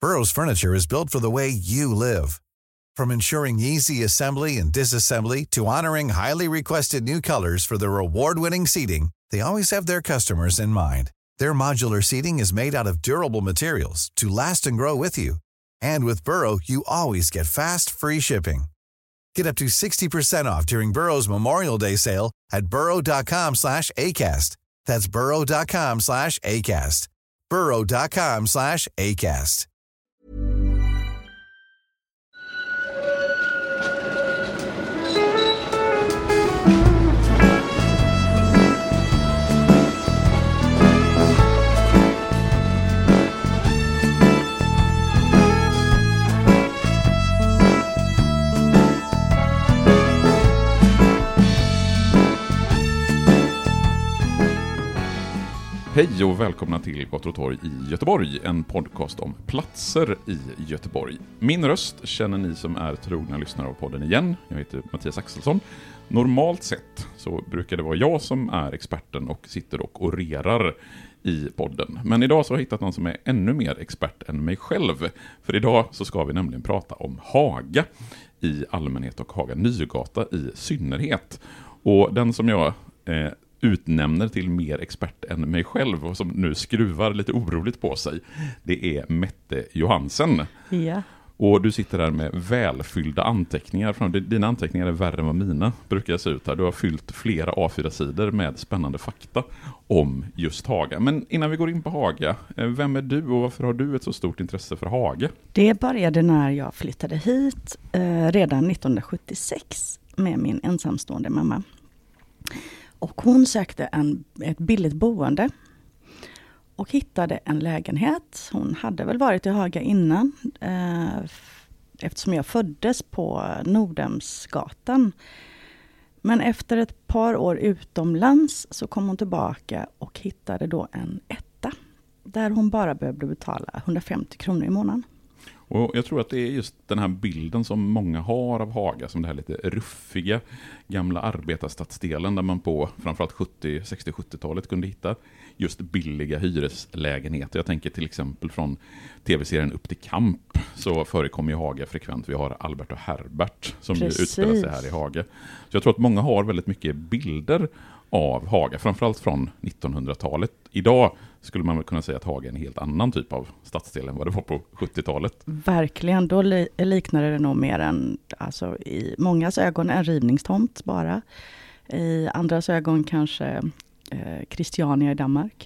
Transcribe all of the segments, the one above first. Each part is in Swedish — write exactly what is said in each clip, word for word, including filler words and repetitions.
Burrow's furniture is built for the way you live. From ensuring easy assembly and disassembly to honoring highly requested new colors for their award-winning seating, they always have their customers in mind. Their modular seating is made out of durable materials to last and grow with you. And with Burrow, you always get fast, free shipping. Get up to sixty percent off during Burrow's Memorial Day sale at burrow.com slash ACAST. That's burrow.com slash ACAST. burrow.com slash ACAST. Hej och välkomna till Gator och torg i Göteborg, en podcast om platser i Göteborg. Min röst känner ni som är trogna lyssnare av podden igen. Jag heter Mattias Axelsson. Normalt sett så brukar det vara jag som är experten och sitter och orerar i podden. Men idag så har jag hittat någon som är ännu mer expert än mig själv. För idag så ska vi nämligen prata om Haga i allmänhet och Haga Nygata i synnerhet. Och den som jag eh, utnämner till mer expert än mig själv och som nu skruvar lite oroligt på sig, det är Mette Johansen. Ja. Och du sitter där med välfyllda anteckningar. Dina anteckningar är värre än vad mina brukar se ut här. Du har fyllt flera A fyra-sidor med spännande fakta om just Haga. Men innan vi går in på Haga, vem är du och varför har du ett så stort intresse för Haga? Det började när jag flyttade hit eh, redan nittonhundrasjuttiosex med min ensamstående mamma. Och hon sökte en, ett billigt boende och hittade en lägenhet. Hon hade väl varit i Haga innan eh, eftersom jag föddes på Nordhemsgatan. Men efter ett par år utomlands så kom hon tillbaka och hittade då en etta där hon bara behövde betala hundrafemtio kronor i månaden. Och jag tror att det är just den här bilden som många har av Haga, som det här lite ruffiga gamla arbetarstadsdelen där man på framförallt sjuttio, sextio, sjuttiotalet kunde hitta just billiga hyreslägenheter. Jag tänker till exempel från tv-serien Upp till kamp så förekommer ju Haga frekvent. Vi har Albert och Herbert som ju utspelar sig här i Haga. Så jag tror att många har väldigt mycket bilder av Haga, framförallt från nittonhundratalet. Idag skulle man väl kunna säga att Haga är en helt annan typ av stadsdel än vad det var på sjuttiotalet. Verkligen, då li- liknar det nog mer än, alltså i mångas ögon en rivningstomt bara. I andras ögon kanske eh, Christiania i Danmark.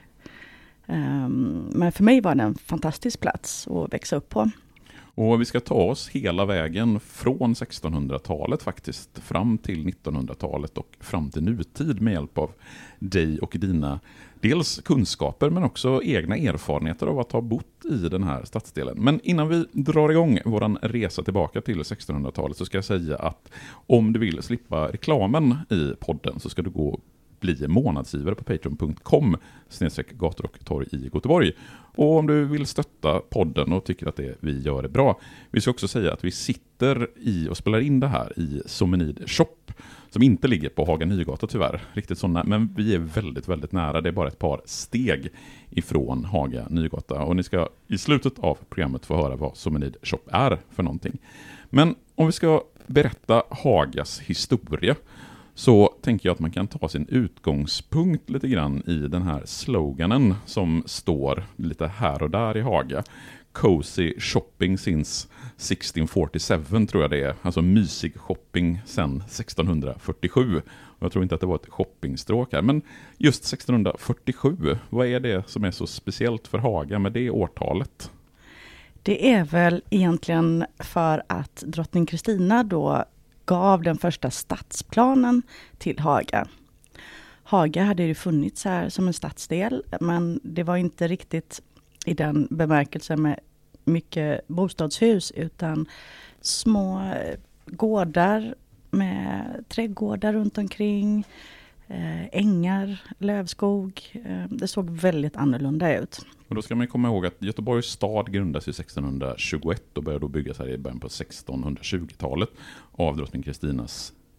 Um, men för mig var det en fantastisk plats att växa upp på. Och vi ska ta oss hela vägen från sextonhundratalet faktiskt fram till nittonhundratalet och fram till nutid med hjälp av dig och dina dels kunskaper men också egna erfarenheter av att ha bott i den här stadsdelen. Men innan vi drar igång våran resa tillbaka till sextonhundratalet så ska jag säga att om du vill slippa reklamen i podden så ska du gå bli månadsgivare på patreon punkt com snedstreck gator och torg i Göteborg. Och om du vill stötta podden och tycker att det vi gör är bra. Vi ska också säga att vi sitter i och spelar in det här i Somenid Shop som inte ligger på Haga Nygata tyvärr. Riktigt sådana, men vi är väldigt, väldigt nära. Det är bara ett par steg ifrån Haga Nygata. Och ni ska i slutet av programmet få höra vad Somenid Shop är för någonting. Men om vi ska berätta Hagas historia så tänker jag att man kan ta sin utgångspunkt lite grann i den här sloganen som står lite här och där i Haga. Cozy shopping since sexton forty-seven tror jag det är. Alltså mysig shopping sedan sexton fyrtiosju. Och jag tror inte att det var ett shoppingstråk här. Men just sexton fyrtiosju, vad är det som är så speciellt för Haga med det årtalet? Det är väl egentligen för att drottning Kristina då gav den första stadsplanen till Haga. Haga hade ju funnits här som en stadsdel, men det var inte riktigt i den bemärkelsen med mycket bostadshus utan små gårdar med trädgårdar runt omkring, eh, ängar, lövskog. Eh, det såg väldigt annorlunda ut. Och då ska man komma ihåg att Göteborgs stad grundades i sexton tjugoett och började då byggas här i början på sextonhundratjugotalet av drottning Kristinas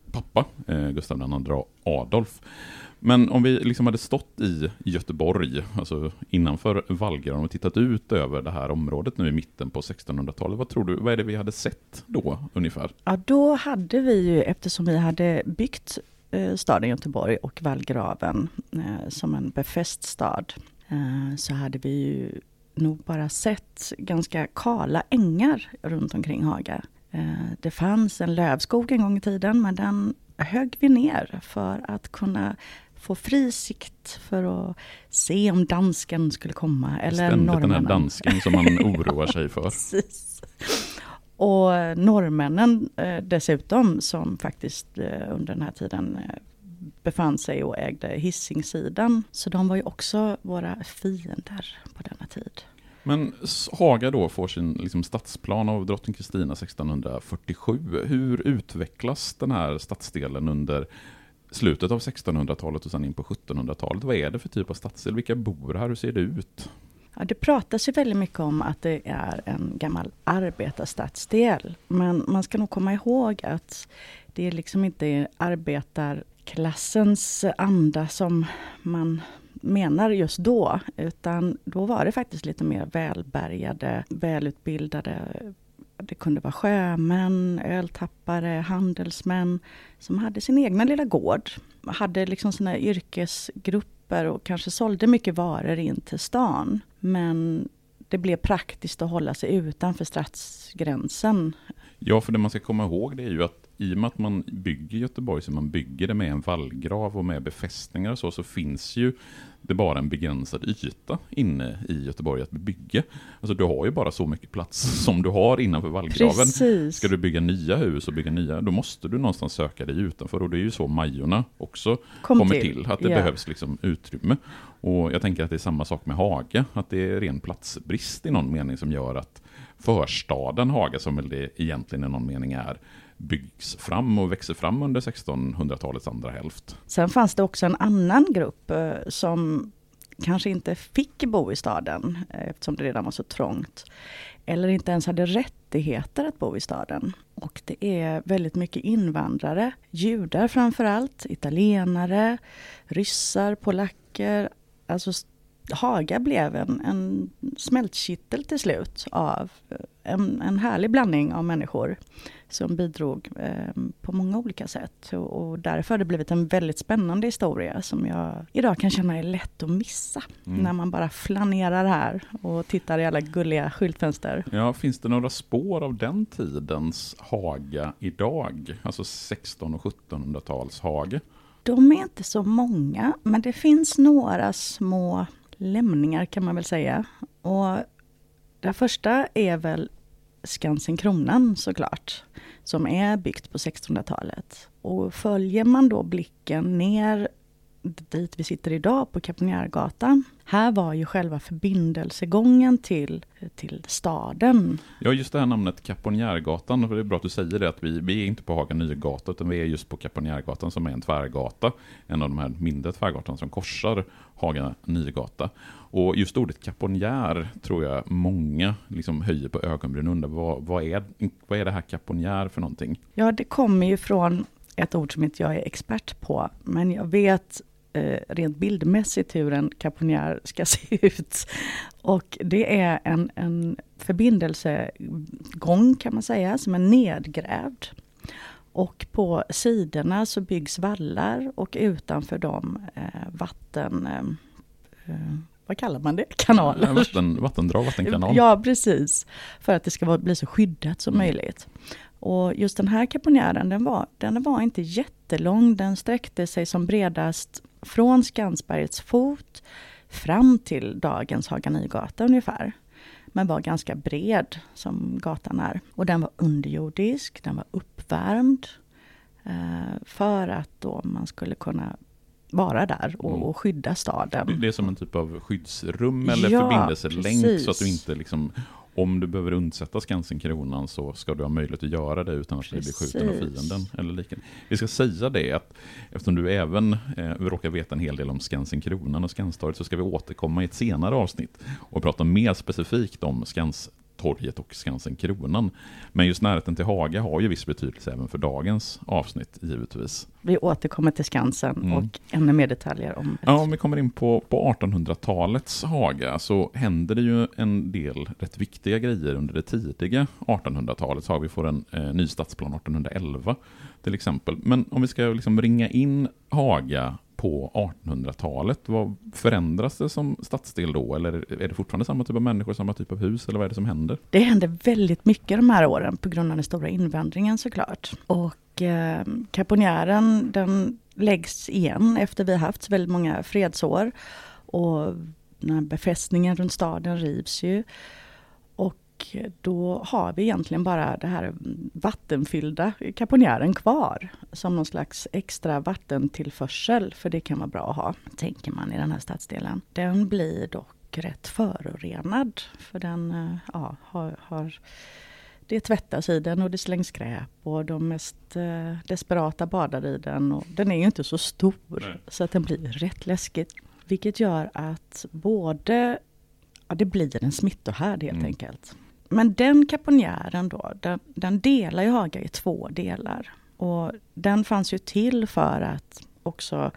pappa, eh, Gustav den andre Adolf. Men om vi liksom hade stått i Göteborg, alltså innanför Vallgraven och tittat ut över det här området nu i mitten på sextonhundratalet, vad tror du, vad är det vi hade sett då ungefär? Ja, då hade vi ju, eftersom vi hade byggt eh, staden Göteborg och Vallgraven eh, som en befäst stad, eh, så hade vi ju nog bara sett ganska kala ängar runt omkring Haga. Eh, det fanns en lövskog en gång i tiden, men den högg vi ner för att kunna få fri sikt för att se om dansken skulle komma. Eller ständigt norrmännen. Den här dansken som man oroar sig för. Precis. Och norrmännen eh, dessutom, som faktiskt eh, under den här tiden eh, befann sig och ägde Hisingssidan. Så de var ju också våra fiender på denna tid. Men Haga då får sin liksom, stadsplan av drottning Kristina sextonhundrafyrtiosju. Hur utvecklas den här stadsdelen under slutet av sextonhundratalet och sen in på sjuttonhundratalet? Vad är det för typ av stadsdel? Vilka bor här? Hur ser det ut? Ja, det pratas ju väldigt mycket om att det är en gammal arbetarstadsdel. Men man ska nog komma ihåg att det är liksom inte arbetarklassens anda som man menar just då. Utan då var det faktiskt lite mer välbärgade, välutbildade. Det kunde vara sjömän, öltappare, handelsmän som hade sin egna lilla gård. Hade liksom sina yrkesgrupper och kanske sålde mycket varor in till stan. Men det blev praktiskt att hålla sig utanför stadsgränsen. Ja, för det man ska komma ihåg det är ju att i och med att man bygger Göteborg, så man bygger det med en vallgrav och med befästningar och så, så finns ju det bara en begränsad yta inne i Göteborg att bygga. Alltså du har ju bara så mycket plats som du har innanför vallgraven. Precis. Ska du bygga nya hus och bygga nya, då måste du någonstans söka dig utanför, och det är ju så Majorna också Kom kommer till. till, att det yeah. behövs liksom utrymme. Och jag tänker att det är samma sak med Haga, att det är ren platsbrist i någon mening som gör att förstaden Haga, som väl det egentligen i någon mening är, byggs fram och växer fram under sextonhundratalets andra hälft. Sen fanns det också en annan grupp eh, som kanske inte fick bo i staden eh, eftersom det redan var så trångt. Eller inte ens hade rättigheter att bo i staden. Och det är väldigt mycket invandrare, judar framförallt, italienare, ryssar, polacker. Alltså Haga blev en, en smältkittel till slut av en, en härlig blandning av människor som bidrog eh, på många olika sätt. Och, och därför har det blivit en väldigt spännande historia som jag idag kan känna är lätt att missa. Mm. När man bara flanerar här och tittar i alla gulliga skyltfönster. Ja, finns det några spår av den tidens Haga idag? Alltså sexton- och sjuttonhundratals Haga? De är inte så många, men det finns några små lämningar kan man väl säga. Och det första är väl Skansen-Kronan såklart, som är byggt på sextonhundratalet. Och följer man då blicken ner dit vi sitter idag på Kaponjärgatan. Här var ju själva förbindelsegången till, till staden. Ja, just det här namnet Kaponjärgatan, för det är bra att du säger det, att vi, vi är inte på Haga Nygata utan vi är just på Kaponjärgatan som är en tvärgata. En av de här mindre tvärgatan som korsar Haga Nygata. Och just ordet kaponjär tror jag många liksom höjer på ögonbryn och undrar vad, vad, är, vad är det här kaponjär för någonting? Ja, det kommer ju från ett ord som inte jag är expert på, men jag vet eh, rent bildmässigt hur en kaponjär ska se ut. Och det är en, en förbindelsegång kan man säga, som är nedgrävd. Och på sidorna så byggs vallar och utanför dem eh, vatten... Eh, eh, vad kallar man det? Kanaler. Vatten, vattendrag, vattenkanal. Ja, precis. För att det ska vara, bli så skyddat som mm. möjligt. Och just den här kaponjären, den var, den var inte jättelång. Den sträckte sig som bredast från Skansbergets fot fram till dagens Haga Nygata ungefär. Men var ganska bred som gatan är. Och den var underjordisk, den var uppvärmd. Eh, för att då man skulle kunna vara där och, mm. och skydda staden. Det är som en typ av skyddsrum eller ja, förbindelselänk precis. Så att du inte liksom, om du behöver undsätta Skansen-kronan så ska du ha möjlighet att göra det utan att precis. Bli skjuten av fienden eller liknande. Vi ska säga det att eftersom du även eh, råkar veta en hel del om Skansen-kronan och Skanstorget så ska vi återkomma i ett senare avsnitt och prata mer specifikt om Skans torget och Skansen Kronan. Men just närheten till Haga har ju viss betydelse även för dagens avsnitt givetvis. Vi återkommer till Skansen mm. och ännu mer detaljer om det. Ja, om vi kommer in på, på artonhundratalets Haga så händer det ju en del rätt viktiga grejer under det tidiga artonhundratalet. Så har vi får en eh, ny stadsplan artonhundraelva till exempel. Men om vi ska liksom ringa in Haga på artonhundratalet, vad förändras det som stadsdel då? Eller är det fortfarande samma typ av människor, samma typ av hus? Eller vad är det som händer? Det händer väldigt mycket de här åren på grund av den stora invandringen såklart. Och eh, Kaponiären, den läggs igen efter vi har haft väldigt många fredsår. Och den här befästningen runt staden rivs ju. Och då har vi egentligen bara det här vattenfyllda Kaponiären kvar som någon slags extra vattentillförsel, för det kan vara bra att ha, tänker man i den här stadsdelen. Den blir dock rätt förorenad, för den ja, har, har det tvättas i den och det slängs skräp och de mest eh, desperata badar i den, och den är ju inte så stor. Nej. Så att den blir rätt läskigt, vilket gör att både ja, det blir en smittohärd helt mm. enkelt. Men den Kaponiären då, den, den delar ju Haga i två delar. Och den fanns ju till för att också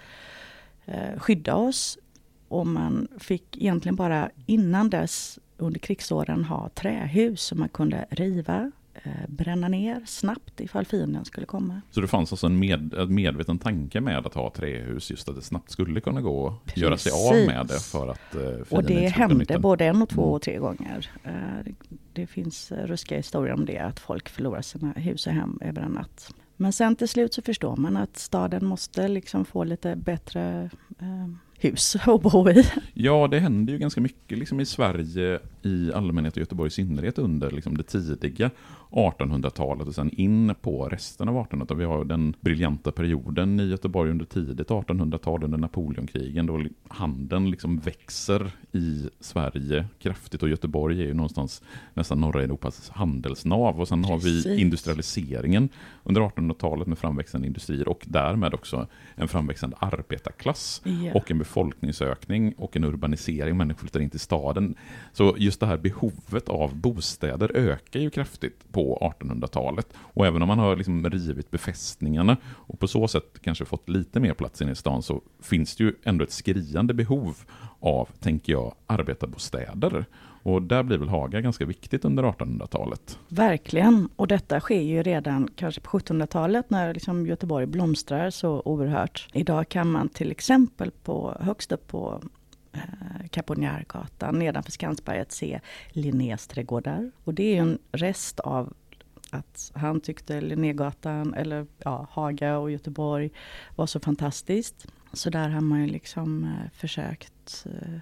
eh, skydda oss. Och man fick egentligen bara innan dess under krigsåren ha trähus som man kunde riva, eh, bränna ner snabbt ifall fienden skulle komma. Så det fanns alltså en, med, en medveten tanke med att ha trähus, just att det snabbt skulle kunna gå att göra sig av med det för att eh, fienden. Och det hände både en och två och tre gånger. Eh, det finns ruskiga historier om det, att folk förlorar sina hus och hem över en natt. Men sen till slut så förstår man att staden måste liksom få lite bättre eh, hus att bo i. Ja, det händer ju ganska mycket liksom i Sverige i allmänhet och Göteborg i synnerhet under liksom det tidiga artonhundratalet och sen in på resten av artonhundratalet. Vi har den briljanta perioden i Göteborg under tidigt artonhundratal under Napoleonkrigen då handeln liksom växer i Sverige kraftigt, och Göteborg är ju någonstans nästan norra Europas handelsnav, och sen har vi Precis. industrialiseringen under artonhundratalet med framväxande industrier och därmed också en framväxande arbetarklass yeah. och en befolkningsökning och en urbanisering, människor flyttar in till staden. Så just det här behovet av bostäder ökar ju kraftigt på artonhundratalet, och även om man har liksom rivit befästningarna och på så sätt kanske fått lite mer plats in i stan, så finns det ju ändå ett skriande behov av, tänker jag, arbetarbostäder. Och där blir väl Haga ganska viktigt under artonhundratalet. Verkligen, och detta sker ju redan kanske på sjuttonhundratalet när liksom Göteborg blomstrar så oerhört. Idag kan man till exempel på högst upp på eh, Kaponiärgatan nedanför Skansberget se Linnés trädgårdar. Och det är ju en rest av att han tyckte Linnégatan eller ja, Haga och Göteborg var så fantastiskt. Så där har man ju liksom eh, försökt eh,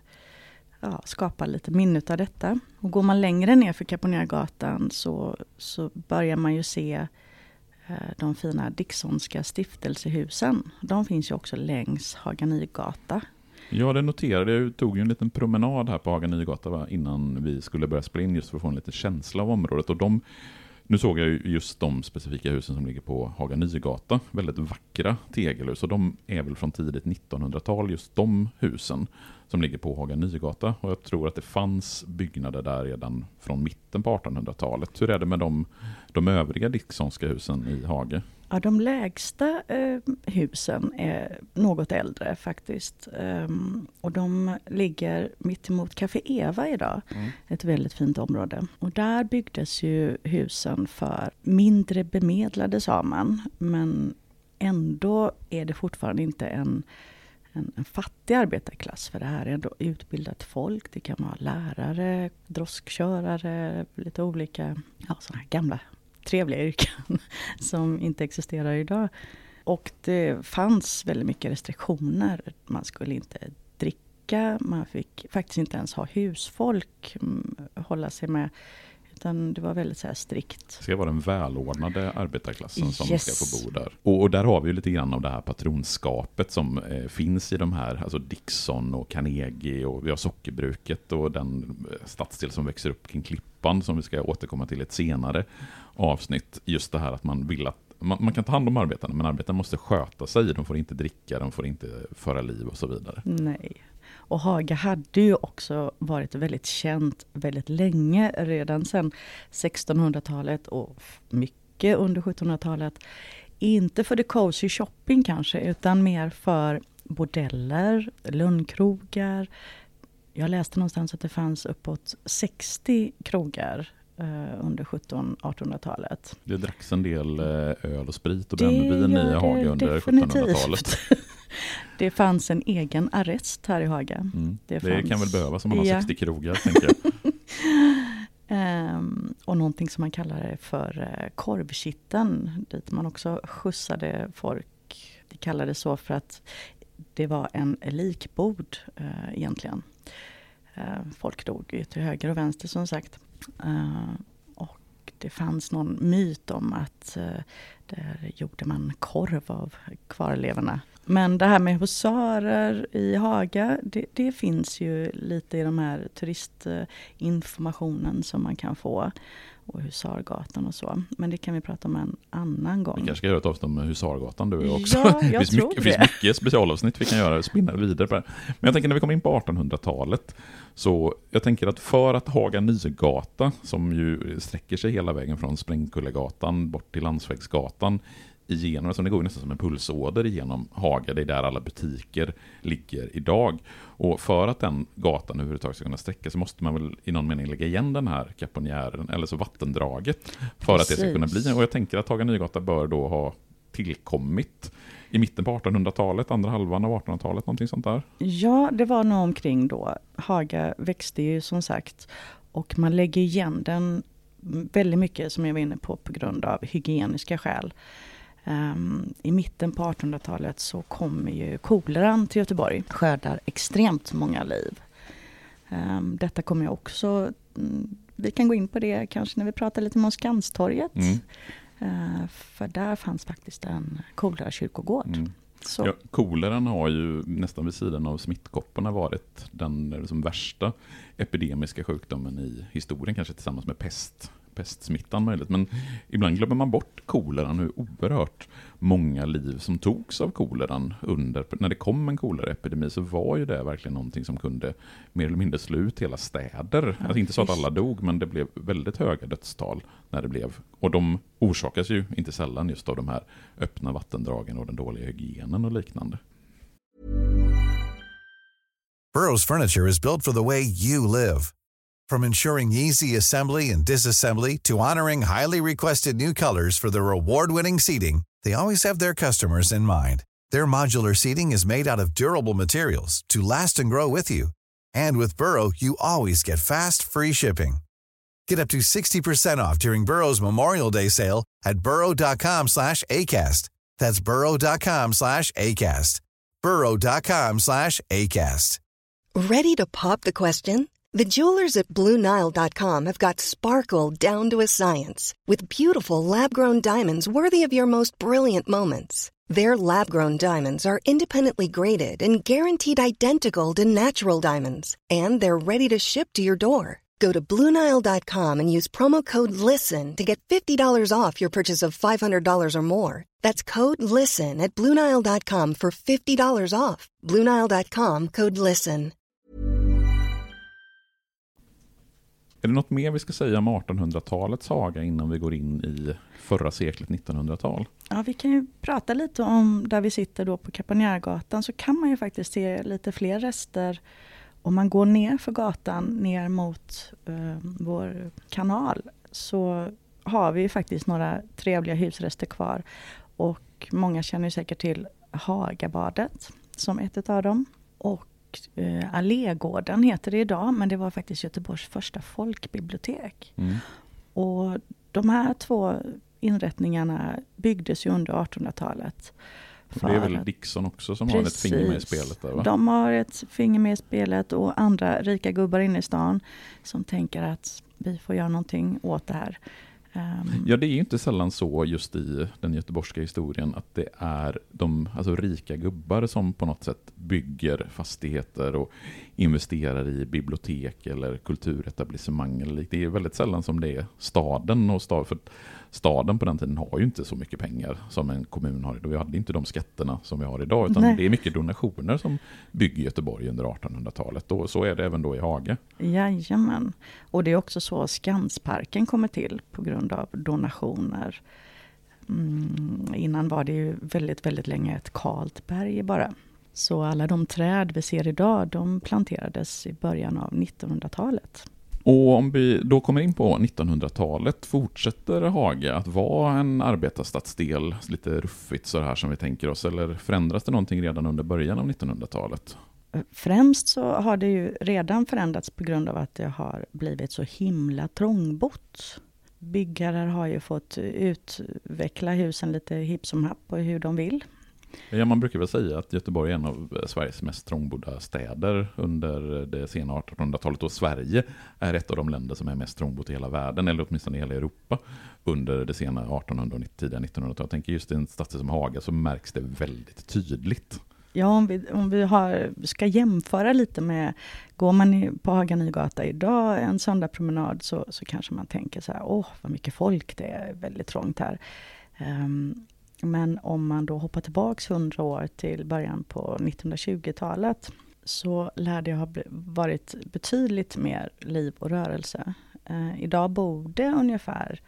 ja, skapa lite minne av detta. Och går man längre ner för Kaponiärgatan så, så börjar man ju se eh, de fina Dicksonska stiftelsehusen. De finns ju också längs Haga Nygata. Ja, det noterade jag. Jag tog ju en liten promenad här på Haga Nygata va, innan vi skulle börja spela in, just för att få en liten känsla av området. Och de, nu såg jag ju just de specifika husen som ligger på Haga Nygata. Väldigt vackra tegelhus, och de är väl från tidigt nittonhundratal, just de husen som ligger på Haga Nygata. Och jag tror att det fanns byggnader där redan från mitten på artonhundratalet. Hur är det med de, de övriga Dicksonska husen i Haga? Ja, de lägsta eh, husen är något äldre faktiskt. Um, och de ligger mitt emot Café Eva idag. Mm. Ett väldigt fint område. Och där byggdes ju husen för mindre bemedlade, sa man. Men ändå är det fortfarande inte en, en, en fattig arbetarklass. För det här är ändå utbildat folk. Det kan vara lärare, droskkörare, lite olika ja, sådana här gamla trevliga yrken som inte existerar idag. Och det fanns väldigt mycket restriktioner. Man skulle inte dricka, man fick faktiskt inte ens ha husfolk hålla sig med, utan det var väldigt så här strikt. Det ska vara den välordnade arbetarklassen som yes. ska få bo där. Och, och där har vi ju lite grann av det här patronskapet som eh, finns i de här, alltså Dickson och Carnegie, och vi har sockerbruket och den stadsdel som växer upp kring Klippan som vi ska återkomma till ett senare avsnitt. Just det här att man vill att man, man kan ta hand om arbetarna, men arbetarna måste sköta sig. De får inte dricka, de får inte föra liv och så vidare. Nej. Och Haga hade ju också varit väldigt känt väldigt länge, redan sedan sextonhundratalet och mycket under sjuttonhundratalet. Inte för the cozy shopping kanske, utan mer för bordeller, lundkrogar. Jag läste någonstans att det fanns uppåt sextio krogar eh, under sjutton-artonhundratalet. Det dracks en del eh, öl och sprit och brännvin i Haga under sjuttonhundratalet. Det fanns en egen arrest här i Haga. Mm. Det, det fanns, kan väl behövas om man har ja. sextio krogar, tänker jag. um, och någonting som man kallar det för uh, korvkitten, dit man också skjutsade folk. Det kallades så för att det var en likbord uh, egentligen. Uh, folk dog ju till höger och vänster som sagt. Uh, och det fanns någon myt om att uh, där gjorde man korv av kvarlevorna. Men det här med husarer i Haga, det, det finns ju lite i de här turistinformationen som man kan få. Och Husargatan och så. Men det kan vi prata om en annan gång. Vi kanske ska göra ett avsnitt om Husargatan, du och jag också. Ja, jag det finns tror mycket, det. finns mycket specialavsnitt vi kan göra, spinna vidare på det. Men jag tänker när vi kommer in på artonhundratalet, så jag tänker att för att Haga Nygata, som ju sträcker sig hela vägen från Sprängkullegatan bort till Landsvägsgatan, igenom, alltså det går nästan som en pulsåder igenom Haga, det är där alla butiker ligger idag. Och för att den gatan överhuvudtaget ska kunna sträcka så måste man väl i någon mening lägga igen den här kaponjären, eller så vattendraget, för Precis. Att det ska kunna bli. Och jag tänker att Haga Nygata bör då ha tillkommit i mitten på artonhundratalet, andra halvan av artonhundratalet, någonting sånt där. Ja, det var nog omkring då. Haga växte ju som sagt, och man lägger igen den väldigt mycket, som jag var inne på, på grund av hygieniska skäl. Um, I mitten på artonhundratalet så kommer ju koleran till Göteborg, skördar extremt många liv. Um, detta kommer jag också, um, vi kan gå in på det kanske när vi pratar lite om Skanstorget. Mm. Uh, för där fanns faktiskt en kolerakyrkogård. Mm. Så. Ja, koleran har ju nästan vid sidan av smittkopporna varit den liksom värsta epidemiska sjukdomen i historien, kanske tillsammans med pest. pestsmittan möjligt, men ibland glömmer man bort koleran, hur oerhört många liv som togs av koleran under, när det kom en koleraepidemi så var ju det verkligen någonting som kunde mer eller mindre slå ut hela städer. Ja, alltså inte så att alla dog, men det blev väldigt höga dödstal när det blev, och de orsakas ju inte sällan just av de här öppna vattendragen och den dåliga hygienen och liknande. Burrow's furniture is built for the way you live. From ensuring easy assembly and disassembly to honoring highly requested new colors for their award-winning seating, they always have their customers in mind. Their modular seating is made out of durable materials to last and grow with you. And with Burrow, you always get fast, free shipping. Get up to sixty percent off during Burrow's Memorial Day sale at burrow.com slash ACAST. That's burrow.com slash ACAST. burrow.com slash ACAST. Ready to pop the question? The jewelers at Blue Nile dot com have got sparkle down to a science with beautiful lab-grown diamonds worthy of your most brilliant moments. Their lab-grown diamonds are independently graded and guaranteed identical to natural diamonds, and they're ready to ship to your door. Go to Blue Nile dot com and use promo code LISTEN to get fifty dollars off your purchase of five hundred dollars or more. That's code LISTEN at Blue Nile dot com for fifty dollars off. Blue Nile dot com, code LISTEN. Är det något mer vi ska säga om artonhundratalets Haga innan vi går in i förra seklet, nittonhundratal? Ja, vi kan ju prata lite om där vi sitter då på Kapanjärgatan, så kan man ju faktiskt se lite fler rester. Om man går ner för gatan ner mot uh, vår kanal, så har vi ju faktiskt några trevliga husrester kvar. Och många känner säkert till Hagabadet som ett av dem. Och Uh, Allégården heter det idag, men det var faktiskt Göteborgs första folkbibliotek. Mm. Och de här två inrättningarna byggdes ju under artonhundratalet. Det är väl Dickson också som Precis. har ett finger med i spelet där, va? De har ett finger med i spelet, och andra rika gubbar inne i stan som tänker att vi får göra någonting åt det här. Um, ja, det är ju inte sällan så just i den göteborgska historien att det är de alltså, rika gubbar som på något sätt bygger fastigheter och investerar i bibliotek eller kulturetablissemang. Eller, det är väldigt sällan som det är staden och stad, för staden på den tiden har ju inte så mycket pengar som en kommun har idag. Vi hade inte de skatterna som vi har idag, utan Nej. det är mycket donationer som bygger Göteborg under artonhundratalet. Och så är det även då i Haga. Jajamän. Och det är också så Skansparken kommer till på grund av donationer. Mm, innan var det ju väldigt, väldigt länge ett kalt berg bara. Så alla de träd vi ser idag, de planterades i början av nittonhundratalet. Och om vi då kommer in på nittonhundratalet, fortsätter Haga att vara en arbetarstadsdel, lite ruffigt så här som vi tänker oss, eller förändras det någonting redan under början av nittonhundratalet? Främst så har det ju redan förändrats på grund av att det har blivit så himla trångbott. Byggare har ju fått utveckla husen lite hipp som happ och hur de vill. Ja, man brukar väl säga att Göteborg är en av Sveriges mest trångbodda städer under det sena artonhundratalet, och Sverige är ett av de länder som är mest trångbott i hela världen, eller åtminstone i hela Europa under det sena artonhundratalet och tidiga nittonhundratalet. Jag tänker just i en stadsdel som Haga så märks det väldigt tydligt. Ja, om vi, om vi har, ska jämföra lite med, går man i, på Haga Nygata idag en söndagspromenad så, så kanske man tänker så här, åh vad mycket folk, det är väldigt trångt här. Um, men om man då hoppar tillbaks hundra år till början på nittonhundratjugotalet så lär det ha varit betydligt mer liv och rörelse. Uh, idag bor det ungefär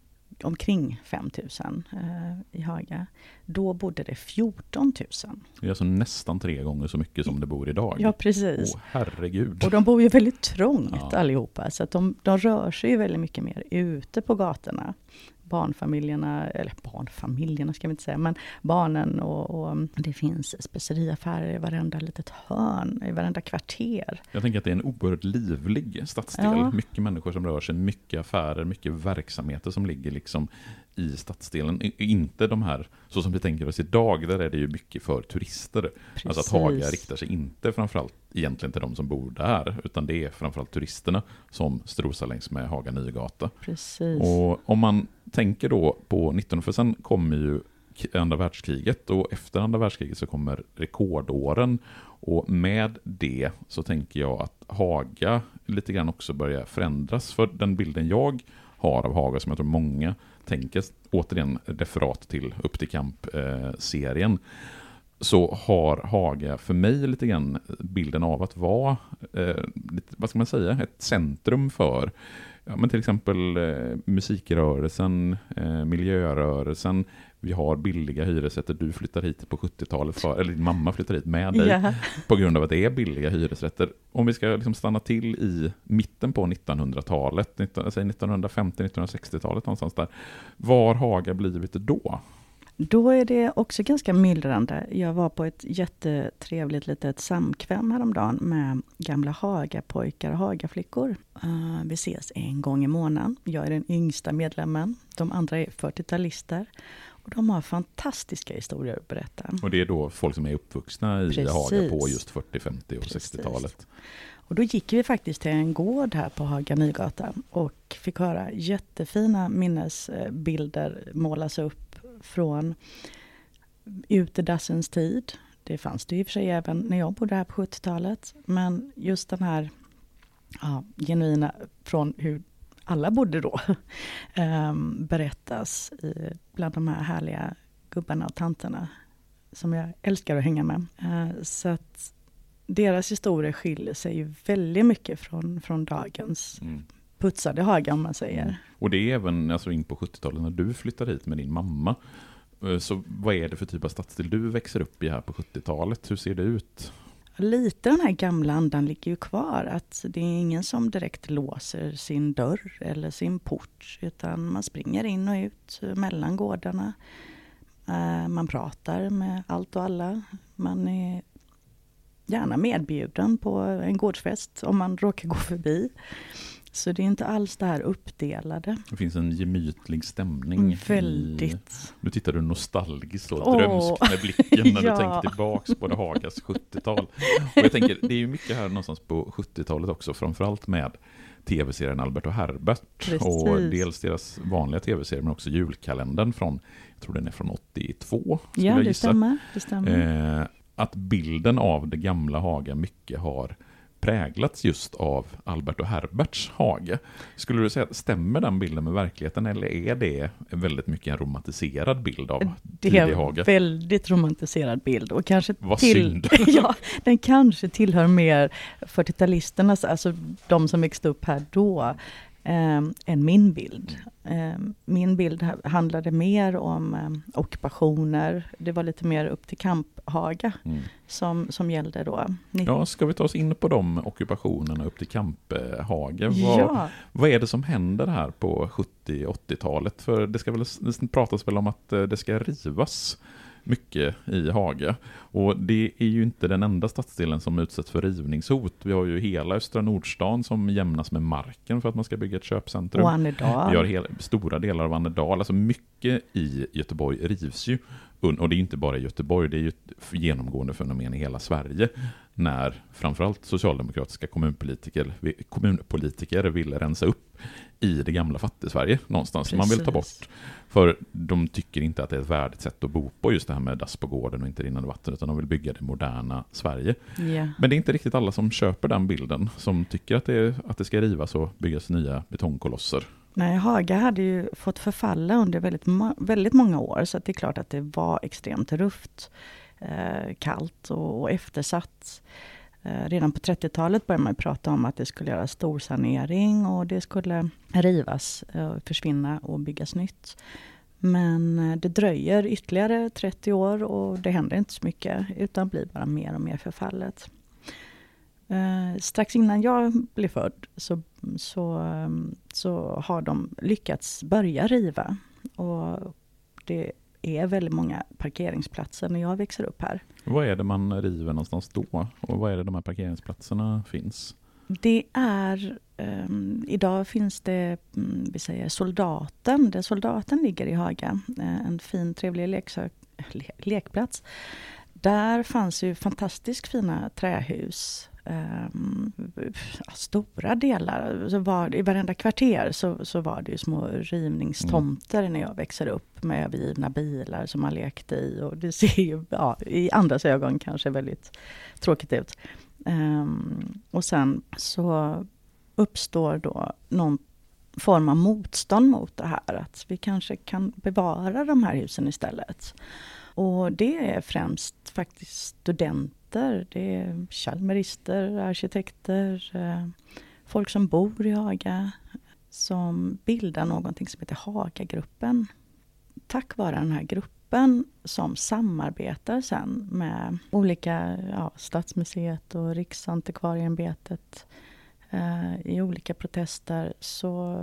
omkring fem tusen eh, i Haga. Då bodde det fjorton tusen. Det är alltså nästan tre gånger så mycket som det bor idag. Ja, precis. Åh, herregud. Och de bor ju väldigt trångt ja. allihopa. Så att de, de rör sig ju väldigt mycket mer ute på gatorna. Barnfamiljerna, eller barnfamiljerna ska vi inte säga, men barnen och, och det finns speceriaffärer i varenda litet hörn, i varenda kvarter. Jag tänker att det är en oerhört livlig stadsdel. Ja. Mycket människor som rör sig, mycket affärer, mycket verksamheter som ligger liksom i stadsdelen. Inte de här, så som vi tänker oss idag, där är det ju mycket för turister. Precis. Alltså att Haga riktar sig inte framförallt egentligen till de som bor där, utan det är framförallt turisterna som strosar längs med Haga Nygata. Precis. Och om man tänker då på nitton, för sen kommer ju andra världskriget, och efter andra världskriget så kommer rekordåren, och med det så tänker jag att Haga lite grann också börjar förändras. För den bilden jag har av Haga, som jag tror många tänker, återigen referat till Upp till kamp-serien, så har Haga för mig lite grann bilden av att vara eh, lite, vad ska man säga, ett centrum för ja, men till exempel eh, musikrörelsen, eh, miljörörelsen. Vi har billiga hyresrätter. Du flyttar hit på sjuttiotalet, för, eller din mamma flyttar hit med dig yeah. på grund av att det är billiga hyresrätter. Om vi ska liksom stanna till i mitten på nittonhundratalet, nittonhundrafemtio nittonhundrasextiotalet någonstans där. Var Haga blivit då? Då är det också ganska myllrande. Jag var på ett jättetrevligt litet samkväm häromdagen med gamla Haga-pojkar och Haga-flickor. Uh, vi ses en gång i månaden. Jag är den yngsta medlemmen. De andra är fyrtiotalister. Och de har fantastiska historier att berätta. Och det är då folk som är uppvuxna i Precis. Haga på just fyrtio, femtio och Precis. sextiotalet. Och då gick vi faktiskt till en gård här på Haga Nygata och fick höra jättefina minnesbilder målas upp från utedassens tid. Det fanns det i och för sig även när jag bodde här på sjuttiotalet. Men just den här ja, genuina från hur alla bodde då um, berättas i, bland de här härliga gubbarna och tanterna som jag älskar att hänga med. Uh, så att deras historia skiljer sig ju väldigt mycket från, från dagens mm. putsade Haga, om man säger. Mm. Och det är även alltså in på sjuttiotalet när du flyttar hit med din mamma. Så vad är det för typ av stadsdel du växer upp i här på sjuttiotalet? Hur ser det ut? Lite den här gamla andan ligger ju kvar. Att det är ingen som direkt låser sin dörr eller sin port. Utan man springer in och ut mellan gårdarna. Man pratar med allt och alla. Man är gärna medbjuden på en gårdsfest om man råkar gå förbi. Så det är inte alls det här uppdelade. Det finns en gemytlig stämning. Väldigt. I, nu tittar du nostalgiskt och oh. drömsk med blicken när ja. du tänker tillbaks på det Hagas sjuttiotal. Och jag tänker, det är ju mycket här någonstans på sjuttiotalet också, framförallt med tv-serien Albert och Herbert. Precis. Och dels deras vanliga tv-serier, men också julkalendern från, jag tror den är från åttiotvå. Ja, jag det stämmer. Det stämmer. Eh, att bilden av det gamla Haga mycket har präglats just av Albert och Herberts hage. Skulle du säga att stämmer den bilden med verkligheten, eller är det väldigt mycket en romantiserad bild av det är tidig hage? En väldigt romantiserad bild. Och kanske Vad till, synd. ja, den kanske tillhör mer fyrtiotalisternas, alltså de som växte upp här då, eh, än min bild. Eh, min bild handlade mer om eh, ockupationer. Det var lite mer upp till kamphaga mm. som, som gällde då. Ja, ska vi ta oss in på de ockupationerna upp till kamphaga? Ja. Vad, vad är det som händer här på sjuttio-åttiotalet? För det ska väl det pratas väl om att det ska rivas mycket i Haga. Och det är ju inte den enda stadsdelen som utsätts för rivningshot. Vi har ju hela Östra Nordstan som jämnas med marken för att man ska bygga ett köpcentrum. Och Annedal. Vi har hela, stora delar av Annedal. Alltså mycket i Göteborg rivs ju. Och det är inte bara i Göteborg, det är ju ett genomgående fenomen i hela Sverige. När framförallt socialdemokratiska kommunpolitiker, kommunpolitiker vill rensa upp i det gamla fattig-Sverige någonstans. Precis. Man vill ta bort. För de tycker inte att det är ett värdigt sätt att bo på, just det här med dass på gården och inte rinnande vatten, utan de vill bygga det moderna Sverige. Yeah. Men det är inte riktigt alla som köper den bilden, som tycker att det, att det ska rivas och byggas nya betongkolosser. Nej, Haga hade ju fått förfalla under väldigt, väldigt många år, så att det är klart att det var extremt rufft, eh, kallt och, och eftersatt. Eh, redan på trettiotalet började man prata om att det skulle göras storsanering och det skulle rivas, eh, försvinna och byggas nytt. Men eh, det dröjer ytterligare trettio år och det händer inte så mycket, utan blir bara mer och mer förfallet. Eh, strax innan jag blev född så, så, så har de lyckats börja riva. Och det är väldigt många parkeringsplatser när jag växer upp här. Vad är det man river någonstans då? Och vad är det de här parkeringsplatserna finns? Det är, um, idag finns det, um, vi säger Soldaten, där Soldaten ligger i Haga. Uh, en fin, trevlig leksök, le, lekplats. Där fanns ju fantastiskt fina trähus. Um, stora delar. Så var, i varenda kvarter så, så var det ju små rivningstomter mm. när jag växer upp med övergivna bilar som man lekte i. Och det ser ju ja, i andras ögon kanske väldigt tråkigt ut. Um, och sen så uppstår då någon form av motstånd mot det här. Att vi kanske kan bevara de här husen istället. Och det är främst faktiskt studenter, det är chalmerister, arkitekter, eh, folk som bor i Haga som bildar någonting som heter Hagagruppen. Tack vare den här gruppen som samarbetar sen med olika ja, Stadsmuseet och Riksantikvarieämbetet eh, i olika protester, så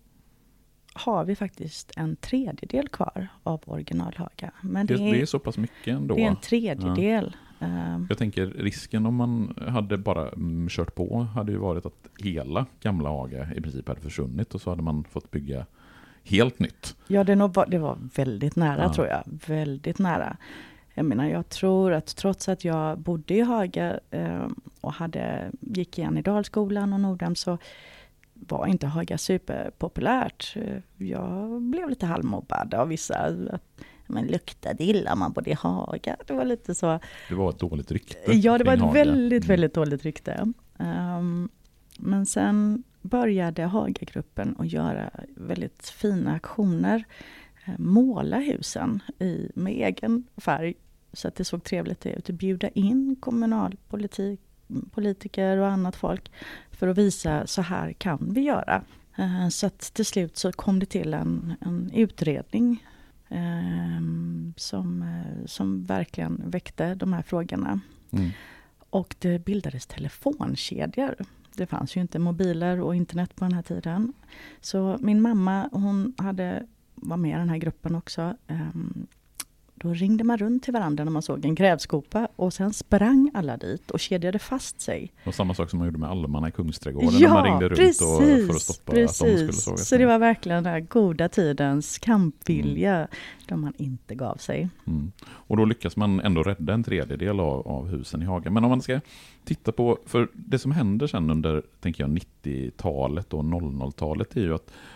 har vi faktiskt en tredjedel kvar av originalhaga. Men det, det, är, det är så pass mycket ändå. Det är en tredjedel. Ja. Jag tänker risken om man hade bara kört på hade ju varit att hela gamla Haga i princip hade försvunnit och så hade man fått bygga helt nytt. Ja, det, nog var, det var väldigt nära ja. tror jag. Väldigt nära. Jag menar, jag tror att trots att jag bodde i Haga eh, och hade, gick i Annedalsskolan och Nordhem, så var inte Haga superpopulärt. Jag blev lite halvmobbad av vissa. Men luktade illa man bodde i Haga. Det var lite så. Det var ett dåligt rykte. Ja, det var ett Haga. väldigt, väldigt dåligt rykte. Um, men sen började Hagagruppen att göra väldigt fina aktioner. Måla husen i, med egen färg så att det såg trevligt ut. Bjuda in kommunalpolitik politiker och annat folk för att visa så här kan vi göra. Uh, så att till slut så kom det till en, en utredning uh, som, uh, som verkligen väckte de här frågorna. Mm. Och det bildades telefonkedjor. Det fanns ju inte mobiler och internet på den här tiden. Så min mamma, hon hade, var med i den här gruppen också. Um, Då ringde man runt till varandra när man såg en grävskopa och sen sprang alla dit och kedjade fast sig. Och samma sak som man gjorde med almarna i Kungsträdgården ja, när man ringde runt precis, och, för att stoppa precis. att de skulle såga. Så det var verkligen den här goda tidens kampvilja mm. då man inte gav sig. Mm. Och då lyckas man ändå rädda en tredjedel av, av husen i Haga. Men om man ska titta på, för det som händer sen under tänker jag nittiotalet och noll noll-talet är ju att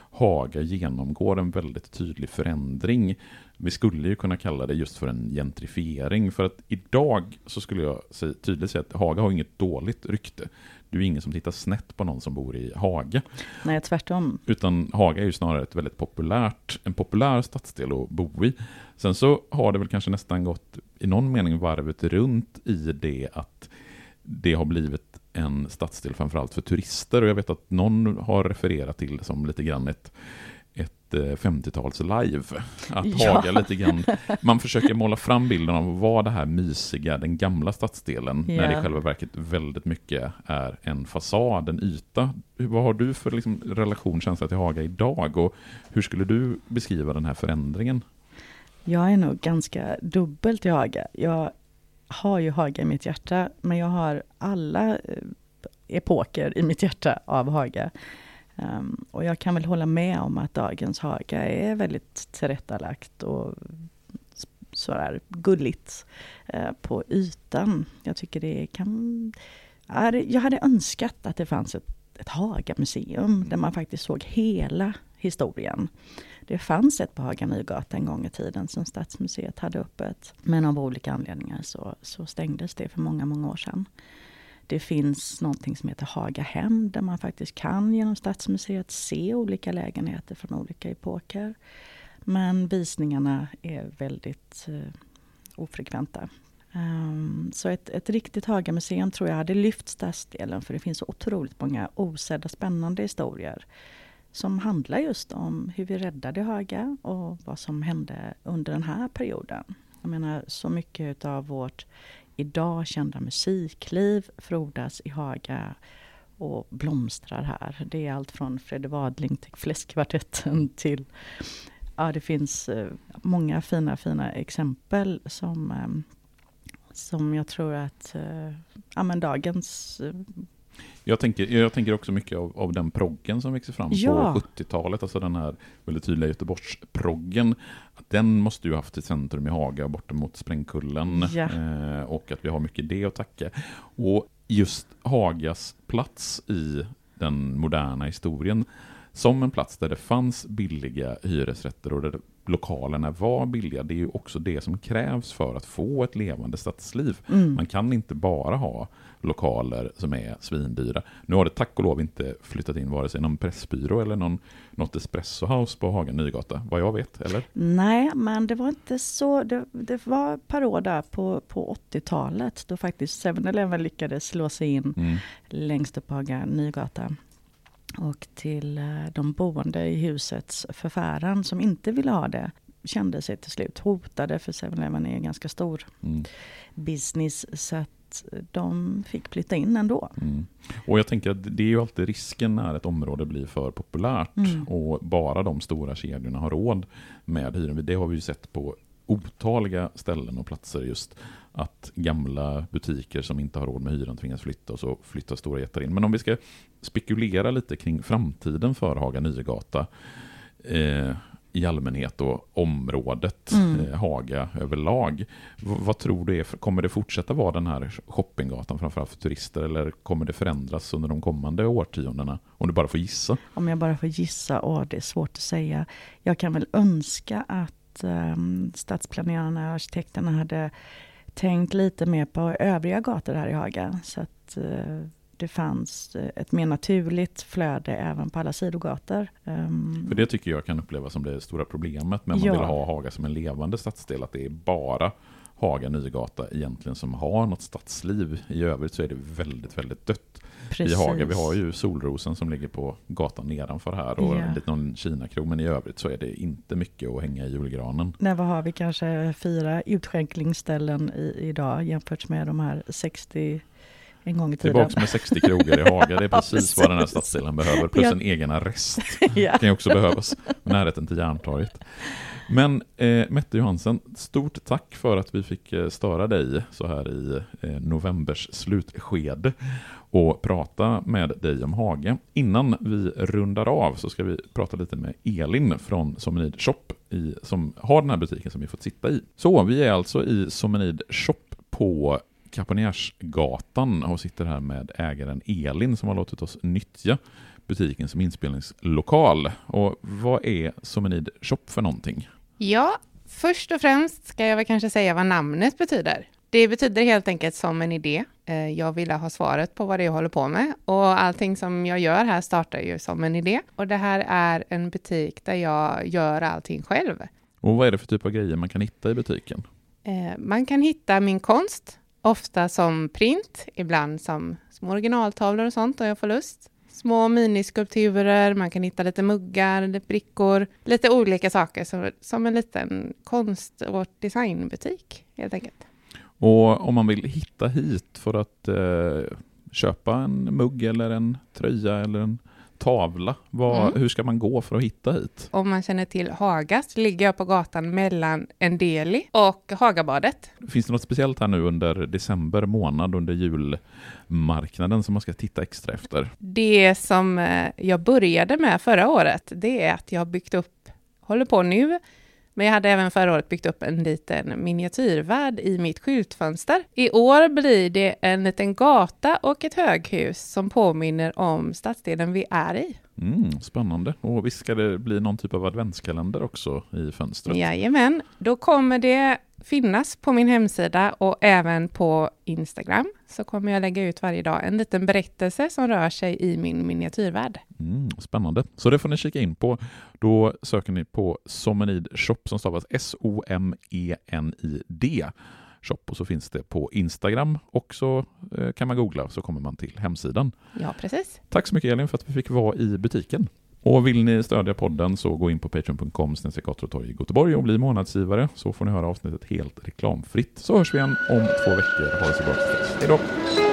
Haga genomgår en väldigt tydlig förändring. Vi skulle ju kunna kalla det just för en gentrifiering, för att idag så skulle jag säga, tydligt säga att Haga har inget dåligt rykte. Det är ju ingen som tittar snett på någon som bor i Haga. Nej, tvärtom. Utan Haga är ju snarare ett väldigt populärt, en populär stadsdel att bo i. Sen så har det väl kanske nästan gått i någon mening varvet runt i det att det har blivit en stadsdel framförallt för turister. Och jag vet att någon har refererat till det som lite grann ett ett femtiotals live. Att ja. Haga lite grann. Man försöker måla fram bilden av vad det här mysiga, den gamla stadsdelen, ja. när det i själva verket väldigt mycket är en fasad, en yta. Vad har du för liksom relation, känsla till Haga idag, och hur skulle du beskriva den här förändringen? Jag är nog ganska dubbelt i Haga. Jag har ju Haga i mitt hjärta, men jag har alla epoker i mitt hjärta av Haga. Um, och jag kan väl hålla med om att dagens Haga är väldigt tillrättalagt och sådär gulligt uh, på ytan. Jag tycker det kan... Jag hade önskat att det fanns ett, ett Haga-museum där man faktiskt såg hela historien. Det fanns ett på Haga Nygata en gång i tiden som Stadsmuseet hade öppet. Men av olika anledningar så, så stängdes det för många, många år sedan. Det finns någonting som heter Haga hem där man faktiskt kan genom Stadsmuseet se olika lägenheter från olika epoker. Men visningarna är väldigt uh, ofrekventa. Um, så ett, ett riktigt Haga-museum tror jag hade lyft stadsdelen, för det finns så otroligt många osedda spännande historier som handlar just om hur vi räddade Haga och vad som hände under den här perioden. Jag menar, så mycket av vårt idag kända musikliv frodas i Haga och blomstrar här. Det är allt från Fredde Wadling till Fläskkvartetten till... Ja, det finns uh, många fina, fina exempel som, um, som jag tror att uh, ja, men dagens... Uh, Jag tänker, jag tänker också mycket av, av den proggen som växer fram ja. på sjuttiotalet, alltså den här väldigt tydliga Göteborgsproggen. Den måste ju ha haft ett centrum i Haga borta mot Sprängkullen, ja. eh, och att vi har mycket det att tacka. Och just Hagas plats i den moderna historien som en plats där det fanns billiga hyresrätter och där lokalerna var billiga, det är ju också det som krävs för att få ett levande stadsliv. Mm. Man kan inte bara ha lokaler som är svindyra. Nu har det tack och lov inte flyttat in vare sig någon pressbyrå eller någon, något espresso house på Haga Nygata, vad jag vet, eller? Nej, men det var inte så. Det, det var ett par år där på, på åttiotalet då faktiskt seven eleven lyckades slå sig in mm. längst upp på Haga Nygata. Och till de boende i husets förfäran som inte ville ha det kände sig till slut hotade, för seven eleven är en ganska stor mm. business, så att de fick flytta in ändå. Mm. Och jag tänker att det är ju alltid risken när ett område blir för populärt mm. och bara de stora kedjorna har råd med hyran. Det har vi ju sett på otaliga ställen och platser, just att gamla butiker som inte har råd med hyran tvingas flytta, och så flyttar stora jättar in. Men om vi ska spekulera lite kring framtiden för Haga Nygata eh, i allmänhet och området mm. eh, Haga överlag, v- vad tror du är, kommer det fortsätta vara den här shoppinggatan framförallt för turister, eller kommer det förändras under de kommande årtiondena? Om du bara får gissa. Om jag bara får gissa, åh, det är svårt att säga. Jag kan väl önska att um, stadsplanerarna och arkitekterna hade tänkt lite mer på övriga gator här i Haga, så att uh, det fanns ett mer naturligt flöde även på alla sidogator. Um, För det tycker jag kan upplevas som det stora problemet, men man ja. vill ha Haga som en levande stadsdel, att det är bara Haga Nygata egentligen som har något stadsliv. I övrigt så är det väldigt, väldigt dött. Precis. I Haga, vi har ju Solrosen som ligger på gatan nedanför här och yeah. lite någon Kina-krog, men i övrigt så är det inte mycket att hänga i julgranen. Nej, vad har vi, kanske fyra utskänkningsställen i, idag jämfört med de här sextio en gång i tiden. Tillbaka med sextio krogar i Haga, det är precis, ja, precis. vad den här stadsdelen behöver, plus ja. en egen arrest. ja. kan ju också behövas, närheten till Järntorget. Men eh, Mette Johansen, stort tack för att vi fick eh, störa dig så här i eh, novembers slutskede och prata med dig om Haga. Innan vi rundar av så ska vi prata lite med Elin från Somenid Shop i, som har den här butiken som vi fått sitta i. Så vi är alltså i Somenid Shop på Kaponjärsgatan och sitter här med ägaren Elin som har låtit oss nyttja butiken som inspelningslokal. Och vad är Somenid Shop för någonting? Ja, först och främst ska jag väl kanske säga vad namnet betyder. Det betyder helt enkelt som en idé. Jag ville ha svaret på vad det är jag håller på med. Och allting som jag gör här startar ju som en idé. Och det här är en butik där jag gör allting själv. Och vad är det för typ av grejer man kan hitta i butiken? Man kan hitta min konst. Ofta som print. Ibland som små originaltavlor och sånt om jag får lust. Små miniskulpturer. Man kan hitta lite muggar, lite brickor. Lite olika saker som, som en liten konst- och designbutik helt enkelt. Och om man vill hitta hit för att eh, köpa en mugg eller en tröja eller en tavla, vad, mm. hur ska man gå för att hitta hit? Om man känner till Haga så ligger jag på gatan mellan Endeli och Hagabadet. Finns det något speciellt här nu under december månad, under julmarknaden som man ska titta extra efter? Det som jag började med förra året, det är att jag har byggt upp, håller på nu, men jag hade även förra året byggt upp en liten miniatyrvärld i mitt skyltfönster. I år blir det en liten gata och ett höghus som påminner om stadsdelen vi är i. Mm, spännande. Och visst ska det bli någon typ av adventskalender också i fönstret? Jajamän, då kommer det finnas på min hemsida och även på Instagram. Så kommer jag lägga ut varje dag en liten berättelse som rör sig i min miniatyrvärld. Mm, spännande. Så det får ni kika in på. Då söker ni på Somenid Shop som stavas S O M E N I D Shop, och så finns det på Instagram och så eh, kan man googla så kommer man till hemsidan. Ja, precis. Tack så mycket Elin för att vi fick vara i butiken. Och vill ni stödja podden så gå in på patreon punkt com snedstreck gator och torg i Göteborg och bli månadsgivare, så får ni höra avsnittet helt reklamfritt. Så hörs vi igen om två veckor. Ha det så bra. Hej då!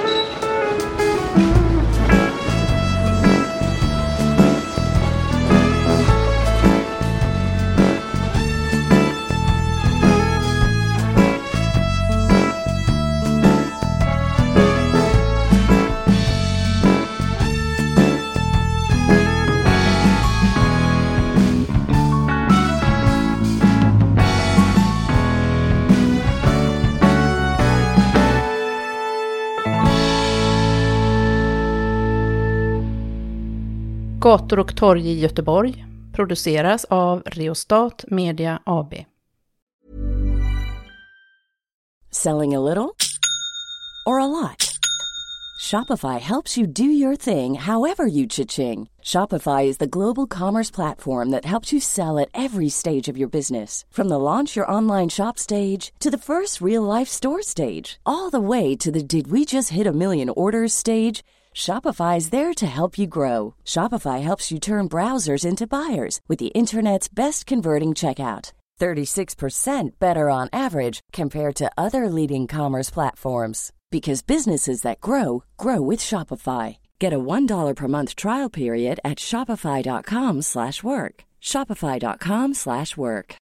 Gator och torg i Göteborg produceras av Reostat Media A B. Selling a little or a lot? Shopify helps you do your thing however you cha-ching. Shopify is the global commerce platform that helps you sell at every stage of your business. From the launch your online shop stage to the first real-life store stage, all the way to the did we just hit a million orders stage. Shopify is there to help you grow. Shopify helps you turn browsers into buyers with the internet's best converting checkout. thirty-six percent better on average compared to other leading commerce platforms. Because businesses that grow, grow with Shopify. Get a one dollar per month trial period at shopify dot com slash work. shopify dot com slash work.